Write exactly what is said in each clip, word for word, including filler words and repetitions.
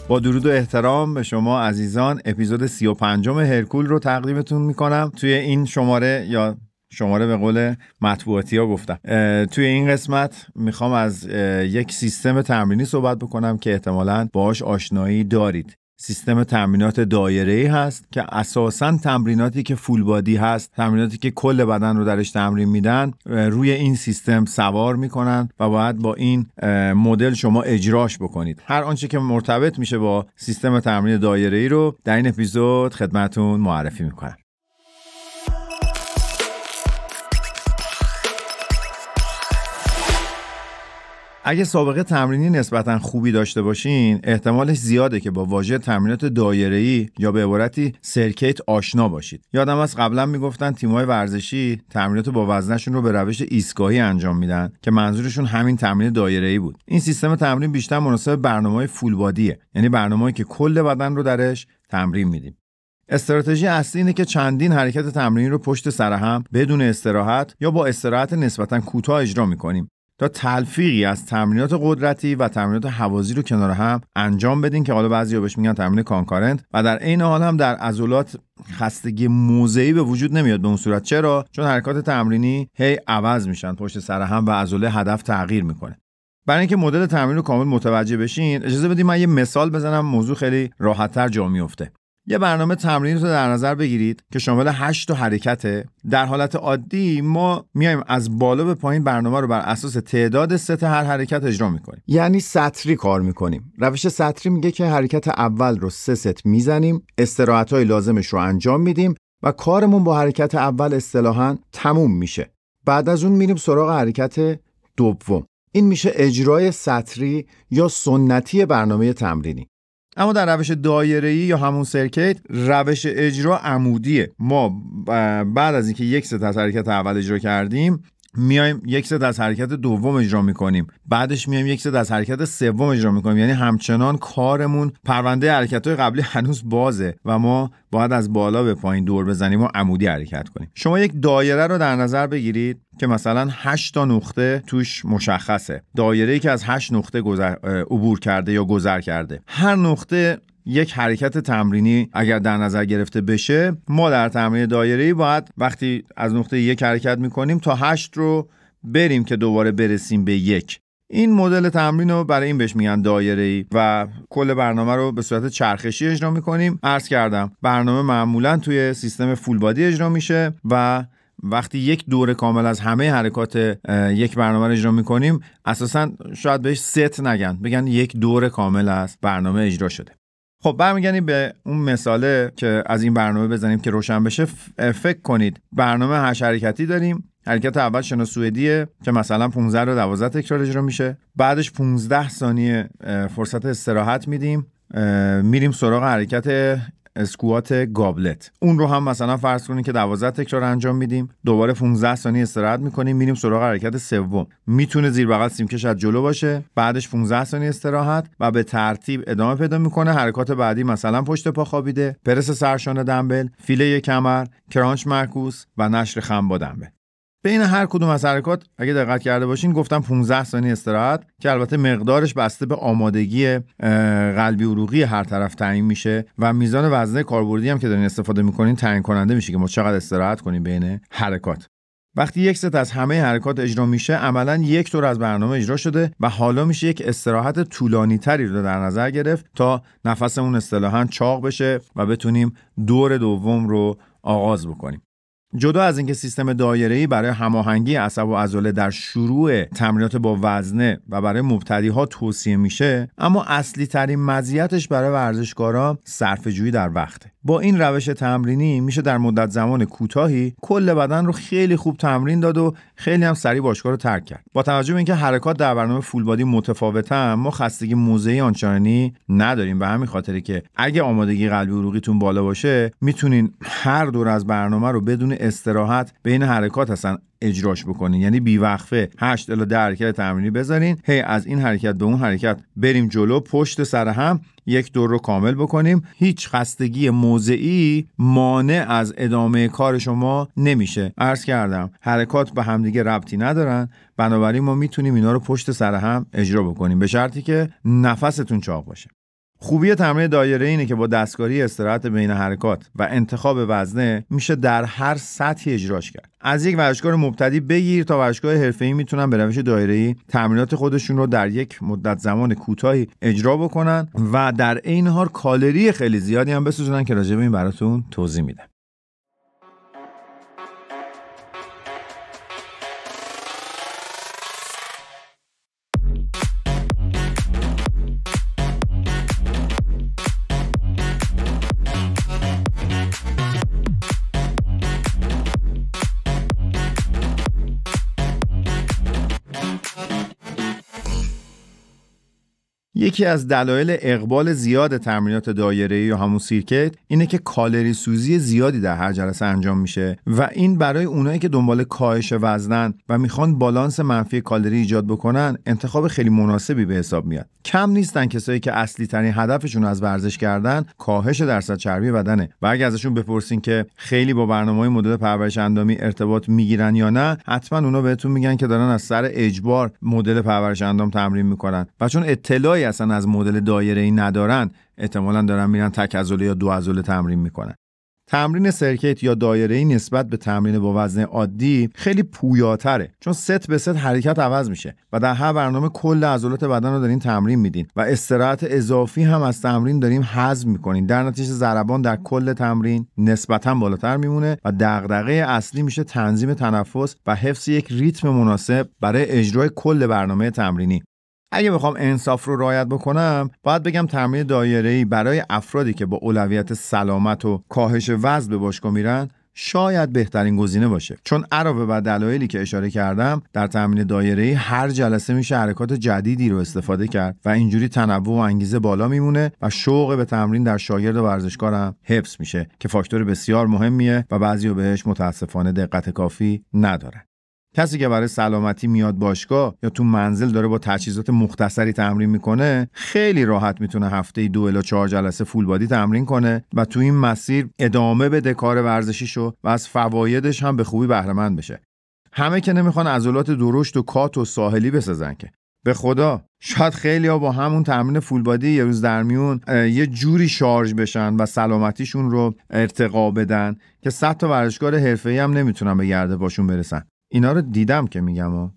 با درود و احترام به شما عزیزان، اپیزود سی و پنجم هرکول رو تقدیمتون میکنم. توی این شماره یا شماره به قول مطبوعاتی ها گفتم توی این قسمت میخوام از یک سیستم تمرینی صحبت بکنم که احتمالاً باهاش آشنایی دارید. سیستم تمرینات دایره‌ای هست که اساساً تمریناتی که فول بادی هست، تمریناتی که کل بدن رو درش تمرین میدن، روی این سیستم سوار میکنن و باید با این مدل شما اجراش بکنید. هر آنچه که مرتبط میشه با سیستم تمرین دایره‌ای رو در این اپیزود خدمتتون معرفی میکنم. اگه سابقه تمرینی نسبتاً خوبی داشته باشین، احتمالش زیاده که با واژه تمرینات دایره‌ای یا به عبارتی سرکیت آشنا باشید. یادم از قبلا میگفتن تیم‌های ورزشی تمرینات با وزنشون رو به روش ایستگاهی انجام میدن که منظورشون همین تمرین دایره‌ای بود. این سیستم تمرین بیشتر مناسب برنامه‌های فول بادیه، یعنی برنامه‌ای که کل بدن رو درش تمرین میدیم. استراتژی اصلی اینه که چندین حرکت تمرینی رو پشت سر هم بدون استراحت یا با استراحت نسبتاً کوتاه اجرا می‌کنیم تا تلفیقی از تمرینات قدرتی و تمرینات هوازی رو کنار هم انجام بدین که حالا بعضی‌ها بهش میگن تمرین کانکارنت و در عین حال هم در عضلات خستگی موضعی به وجود نمیاد به اون صورت. چرا؟ چون حرکات تمرینی هی عوض میشن پشت سر هم و عضله هدف تغییر میکنه. برای اینکه مدل تمرین رو کامل متوجه بشین، اجازه بدید من یه مثال بزنم، موضوع خیلی راحت‌تر جا میفته. یه برنامه تمرینی رو در نظر بگیرید که شامل هشت تا حرکته. در حالت عادی ما میایم از بالا به پایین برنامه رو بر اساس تعداد ست هر حرکت اجرا میکنیم، یعنی سطری کار میکنیم. روش سطری میگه که حرکت اول رو سه ست میزنیم، استراحت‌های لازمش رو انجام میدیم و کارمون با حرکت اول اصطلاحاً تموم میشه. بعد از اون میریم سراغ حرکت دوم. این میشه اجرای سطری یا سنتی برنامه تمرینی. اما در روش دایره‌ای یا همون سرکیت، روش اجرا عمودیه. ما بعد از اینکه یک ست از حرکت اول اجرا کردیم، میایم یک ست از حرکت دوم اجرا میکنیم، بعدش میایم یک ست از حرکت سوم اجرا میکنیم. یعنی همچنان کارمون، پرونده حرکت‌های قبلی هنوز بازه و ما باید از بالا به پایین دور بزنیم و عمودی حرکت کنیم. شما یک دایره رو در نظر بگیرید که مثلا هشت تا نقطه توش مشخصه. دایره‌ای که از هشت نقطه گذر عبور کرده یا گذر کرده. هر نقطه یک حرکت تمرینی اگر در نظر گرفته بشه، ما در تمرین دایره‌ای باید وقتی از نقطه یک حرکت میکنیم تا هشت رو بریم که دوباره برسیم به یک. این مدل تمرین رو برای این بهش میگن دایره‌ای و کل برنامه رو به صورت چرخشی اجرا میکنیم. عرض کردم برنامه معمولاً توی سیستم فول بادی اجرا میشه و وقتی یک دوره کامل از همه حرکات یک برنامه رو اجرا میکنیم، اساساً شاید بهش ست نگن، بگن یک دوره کامل از برنامه اجرا شده. خب برمیگردیم به اون مثاله که از این برنامه بزنیم که روشن بشه. فکر کنید برنامه هشت حرکتی داریم. حرکت اول شنا سوئدیه که مثلا پانزده رو دوازده تکرار اجرا میشه. بعدش پانزده ثانیه فرصت استراحت میدیم، میریم سراغ حرکت اسکوات گابلت. اون رو هم مثلا فرض کنید که دوازده تکرار انجام میدیم، دوباره پانزده ثانیه استراحت میکنیم، میریم سراغ حرکت سوم. میتونه زیر بغل سیمکش از جلو باشه، بعدش پانزده ثانیه استراحت و به ترتیب ادامه پیدا میکنه. حرکات بعدی مثلا پشت پا خوابیده، پرس سرشانه دمبل، فیله کمر، کرانچ معکوس و نشر خم با دمبل. بین هر کدوم از حرکات اگه دقت کرده باشین گفتم پانزده ثانیه استراحت که البته مقدارش بسته به آمادگی قلبی عروقی هر طرف تعیین میشه و میزان وزنه کاربردی هم که دارین استفاده میکنین تعیین کننده میشه که ما چقدر استراحت کنیم بین حرکات. وقتی یک ست از همه حرکات اجرا میشه، عملاً یک دور از برنامه اجرا شده و حالا میشه یک استراحت طولانی تری رو در نظر گرفت تا نفسمون اصطلاحاً چاق بشه و بتونیم دور دوم رو آغاز بکنیم. جدا از اینکه سیستم دایره‌ای برای هماهنگی عصب و عضله در شروع تمرینات با وزنه و برای مبتدی‌ها توصیه میشه، اما اصلی ترین مزیتش برای ورزشکارا صرفه‌جویی در وقته. با این روش تمرینی میشه در مدت زمان کوتاهی کل بدن رو خیلی خوب تمرین داد و خیلی هم سریع باشگاه رو ترک کرد. با توجه به اینکه حرکات در برنامه فول بادی متفاوتن، ما خستگی موضعی آنچنانی نداریم. به همین خاطره که اگه آمادگی قلبی عروقیتون بالا باشه، میتونین هر دور از برنامه رو بدون استراحت بین حرکات هستن اجراش بکنین. یعنی بیوقفه هشت الی ده حرکت تمرینی بذارین، هی از این حرکت به اون حرکت بریم جلو، پشت سر هم یک دور رو کامل بکنیم. هیچ خستگی موضعی مانع از ادامه کار شما نمیشه. عرض کردم حرکات به همدیگه ربطی ندارن، بنابراین ما میتونیم اینا رو پشت سر هم اجرا بکنیم به شرطی که نفستون چاق باشه. خوبی تمرین دایره اینه که با دستکاری استراحت بین حرکات و انتخاب وزنه میشه در هر سطحی اجراش کرد. از یک ورزشکار مبتدی بگیر تا ورزشکار حرفه‌ای میتونن به روش دایره‌ای تمرینات خودشون رو در یک مدت زمان کوتاهی اجرا بکنن و در عین حال کالری خیلی زیادی هم بسوزونن که راجع به این براتون توضیح میدم. یکی از دلایل اقبال زیاد تمرینات دایره‌ای یا همون سیرکیت اینه که کالری سوزی زیادی در هر جلسه انجام میشه و این برای اونایی که دنبال کاهش وزنن و میخوان بالانس منفی کالری ایجاد بکنن انتخاب خیلی مناسبی به حساب میاد. کم نیستن کسایی که اصلی ترین هدفشون از ورزش کردن کاهش درصد چربی بدنه و اگه ازشون بپرسین که خیلی با برنامه‌های مدل پرورش اندامی ارتباط میگیرن یا نه، حتما اونا بهتون میگن که دارن از سر اجبار مدل پرورش اندام تمرین میکنن و چون اطلاعی اصلا از مدل دایره‌ای ندارن احتمالاً دارن میرن تک عضله یا دو عضله تمرین میکنن. تمرین سرکیت یا دایره‌ای نسبت به تمرین با وزن عادی خیلی پویاتره چون ست به ست حرکت عوض میشه و در هر برنامه کل عضلات بدن رو دارین تمرین میدین و استراحت اضافی هم از تمرین داریم حذف میکنین. در نتیجه ضربان در کل تمرین نسبتاً بالاتر میمونه و دغدغه اصلی میشه تنظیم تنفس و حفظ یک ریتم مناسب برای اجرای کل برنامه تمرینی. اگه بخوام انصاف رو رعایت بکنم باید بگم تمرین دایره‌ای برای افرادی که با اولویت سلامت و کاهش وزن به باشگاه میرن شاید بهترین گزینه باشه، چون علاوه بر دلایلی که اشاره کردم در تمرین دایره‌ای هر جلسه میشه حرکات جدیدی رو استفاده کرد و اینجوری تنوع و انگیزه بالا میمونه و شوق به تمرین در شاگرد و ورزشکارم حفظ میشه که فاکتور بسیار مهمیه و بعضیا بهش متاسفانه دقت کافی ندارن. کسی که برای سلامتی میاد باشگاه یا تو منزل داره با تجهیزات مختصری تمرین میکنه خیلی راحت میتونه هفته دو الی چهار جلسه فول بادی تمرین کنه و تو این مسیر ادامه بده کار ورزشیشو و از فوایدش هم به خوبی بهره مند بشه. همه که نمیخوان عضلات درشت و کات و ساحلی بسازن که به خدا شاید خیلی‌ها با همون تمرین فول بادی یه روز در میون یه جوری شارژ بشن و سلامتیشون رو ارتقا بدن که صد تا ورزشکار حرفه‌ای هم نمیتونن به گرد پاشون برسن. اینا رو دیدم که میگم ها.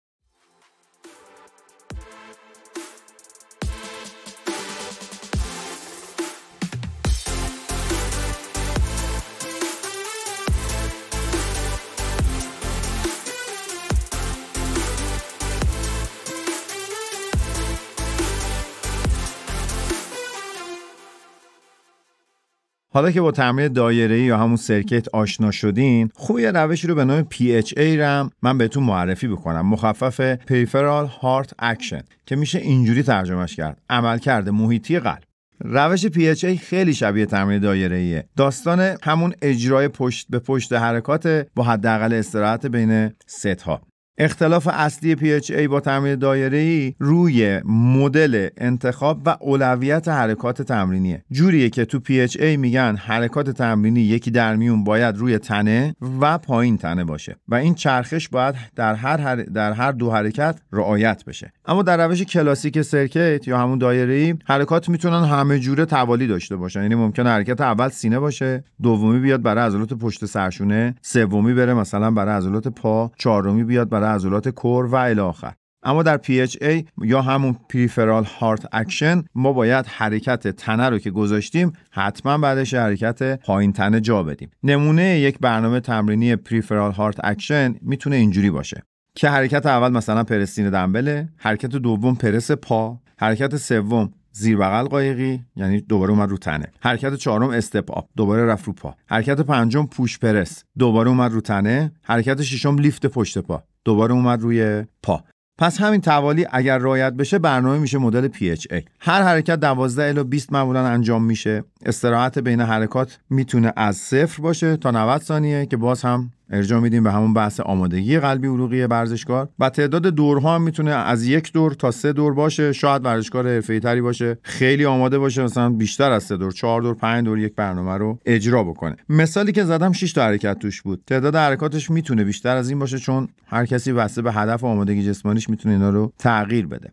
حالا که با تمرین دایره‌ای یا همون سرکیت آشنا شدین، خوب یه روشی رو به نام پی اچ ای رم من بهتون معرفی بکنم، مخفف Peripheral Heart Action که میشه اینجوری ترجمهش کرد: عملکرد محیطی قلب. روش پی اچ ای خیلی شبیه تمرین دایره‌ایه. داستان همون اجرای پشت به پشت حرکات با حداقل استراحت بین ست‌ها. اختلاف اصلی پی اچ ای با تمرین دایره‌ای روی مدل انتخاب و اولویت حرکات تمرینیه. جوریه که تو پی اچ ای میگن حرکات تمرینی یکی در میون باید روی تنه و پایین تنه باشه و این چرخش باید در هر, هر در هر دو حرکت رعایت بشه. اما در روش کلاسیک سرکیت یا همون دایره‌ای حرکات میتونن همه جوره توالی داشته باشن. یعنی ممکنه حرکت اول سینه باشه، دومی بیاد برای عضلات پشت سرشونه، سومی بره مثلا برای عضلات پا، چهارمی بیاد برای عضلات کور و الی آخر. اما در پی اچ ای یا همون Peripheral Heart Action ما باید حرکت تنه رو که گذاشتیم حتما بعدش حرکت پایین تنه جا بدیم. نمونه یک برنامه تمرینی Peripheral Heart Action میتونه اینجوری باشه که حرکت اول مثلا پرستین دنبله، حرکت دوم پرس پا، حرکت سوم زیر بغل قایقی یعنی دوباره اومد رو تنه، حرکت چهارم استپ آپ دوباره رفت رو پا، حرکت پنجم پوش پرس دوباره اومد رو تنه، حرکت ششم لیفت پشت پا دوباره اومد روی پا. پس همین توالی اگر رعایت بشه برنامه میشه مدل پی اچ ای. هر حرکت دوازده الی بیست معمولا انجام میشه. استراحت بین حرکات میتونه از صفر باشه تا نود ثانیه که باز هم ارجاع میدیم به همون بحث آمادگی قلبی عروقی ورزشکار و تعداد دورها هم میتونه از یک دور تا سه دور باشه. شاید ورزشکار حرفه‌ای تری باشه خیلی آماده باشه مثلا بیشتر از سه دور، چهار دور، پنج دور یک برنامه رو اجرا بکنه. مثالی که زدم شش تا حرکت توش بود. تعداد حرکاتش میتونه بیشتر از این باشه چون هر کسی واسه به هدف آمادگی جسمانیش میتونه اینا رو تغییر بده.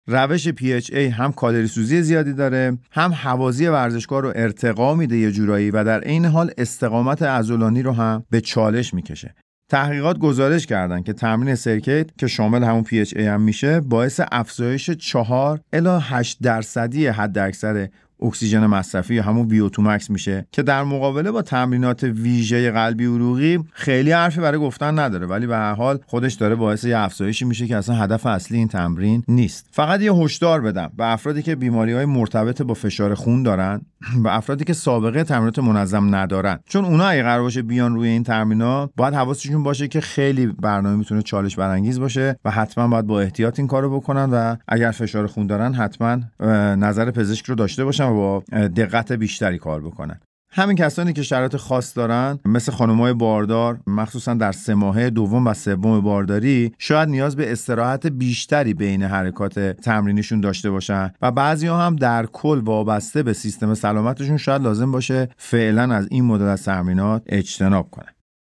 روش پی اچ ای هم کالری سوزی زیادی داره، هم حوازی ورزشکار رو ارتقا میده یه جورایی و در عین حال استقامت عضلانی رو هم به چالش میکشه. تحقیقات گزارش کردن که تمرین سرکیت که شامل همون پی اچ ای هم میشه باعث افزایش چهار الی هشت درصدی حداکثر اکسیژن مصرفی یا همون وی او تو مکس میشه که در مقابله با تمرینات ویژه قلبی عروقی خیلی حرفی برای گفتن نداره، ولی به هر حال خودش داره باعث یه افزایشی میشه که اصلا هدف اصلی این تمرین نیست. فقط یه هشدار بدم به افرادی که بیماریهای مرتبط با فشار خون دارن و افرادی که سابقه تمرینات منظم ندارن، چون اونا اگه قرار باشه بیان روی این تمرینات باید حواسشون باشه که خیلی برنامه میتونه چالش برانگیز باشه و حتما باید با احتیاط این کارو بکنن و اگر فشار خون دارن حتما نظر پزشک رو داشته باشن و با دقت بیشتری کار بکنن. همین کسانی که شرایط خاص دارن مثل خانم‌های باردار، مخصوصا در سه ماهه دوم و سوم بارداری، شاید نیاز به استراحت بیشتری بین حرکات تمرینیشون داشته باشن و بعضی‌ها هم در کل وابسته به سیستم سلامتشون شاید لازم باشه فعلا از این مدل از تمرینات اجتناب کنن.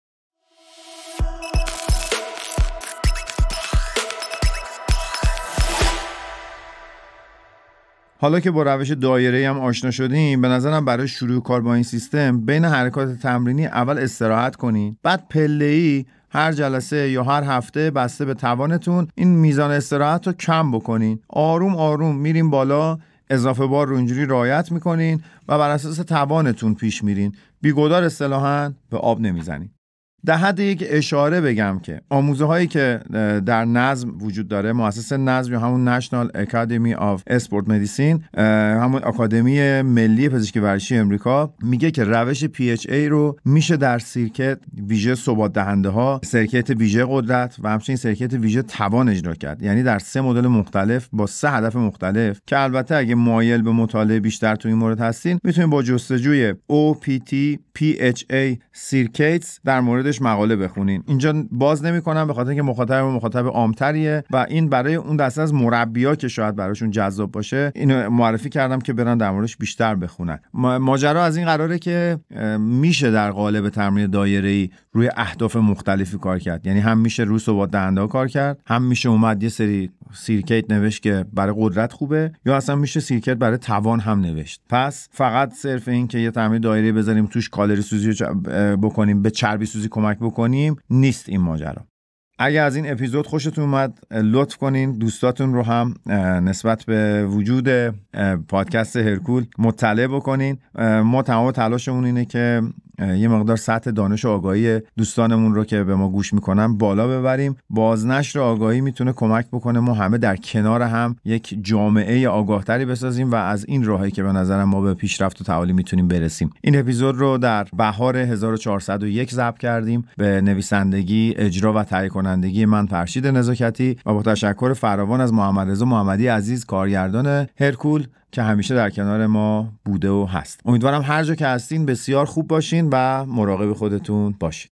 حالا که با روش دایره‌ای هم آشنا شدیم، به نظرم برای شروع کار با این سیستم بین حرکات تمرینی اول استراحت کنین، بعد پله‌ای هر جلسه یا هر هفته بسته به توانتون این میزان استراحت رو کم بکنین. آروم آروم میریم بالا، اضافه بار رو اینجوری رعایت میکنین و بر اساس توانتون پیش میرین. بیگدار اصطلاحاً به آب نمیزنین. در حد یک اشاره بگم که آموزه هایی که در نظم وجود داره، مؤسسه نظم یا همون National Academy of Sport Medicine، همون آکادمی ملی پزشکی ورزشی امریکا، میگه که روش پی اچ ای رو میشه در سرکیت ویژه ثبات دهنده ها، سرکیت ویژه قدرت و همچنین سرکیت ویژه توان اجرا کرد. یعنی در سه مدل مختلف با سه هدف مختلف که البته اگه مایل به مطالعه بیشتر تو این مورد هستین میتونید با جستجوی او پی تی پی اچ ای سرکیتس در مورد مقاله بخونین. اینجا باز نمی‌کنم به خاطر اینکه مخاطب مخاطب عام‌تریه و این برای اون دسته از مربی‌ها که شاید براشون جذاب باشه اینو معرفی کردم که برن در موردش بیشتر بخونن. ماجرا از این قراره که میشه در قالب تمرین دایره‌ای روی اهداف مختلفی کار کرد. یعنی هم میشه روی ثبات دهنده کار کرد، هم میشه اومد یه سری سیرکیت نوشت که برای قدرت خوبه، یا اصلا میشه سیرکیت برای توان هم نوشت. پس فقط صرف این که یه تمرین دایره‌ای بذاریم توش کالری سوزی بکنیم، به چربی سوزی کمک بکنیم نیست این ماجرا. اگه از این اپیزود خوشتون اومد لطف کنین دوستاتون رو هم نسبت به وجود پادکست هرکول مطلع بکنین. ما تمام تلاشمون اینه که یه مقدار سطح دانش و آگاهی دوستانمون رو که به ما گوش میکنن بالا ببریم. بازنشر آگاهی میتونه کمک بکنه ما همه در کنار هم یک جامعه آگاهتری بسازیم و از این راهی که به نظرم ما به پیشرفت و تعالی میتونیم برسیم. این اپیزود رو در بهار هزار و چهارصد و یک ضبط کردیم به نویسندگی، اجرا و تهیه کنندگی من فرشید نزاکتی و با تشکر فراوان از محمد رضا محمدی عزیز کارگردان هرکول که همیشه در کنار ما بوده و هست. امیدوارم هر جا که هستین بسیار خوب باشین و مراقب خودتون باشین.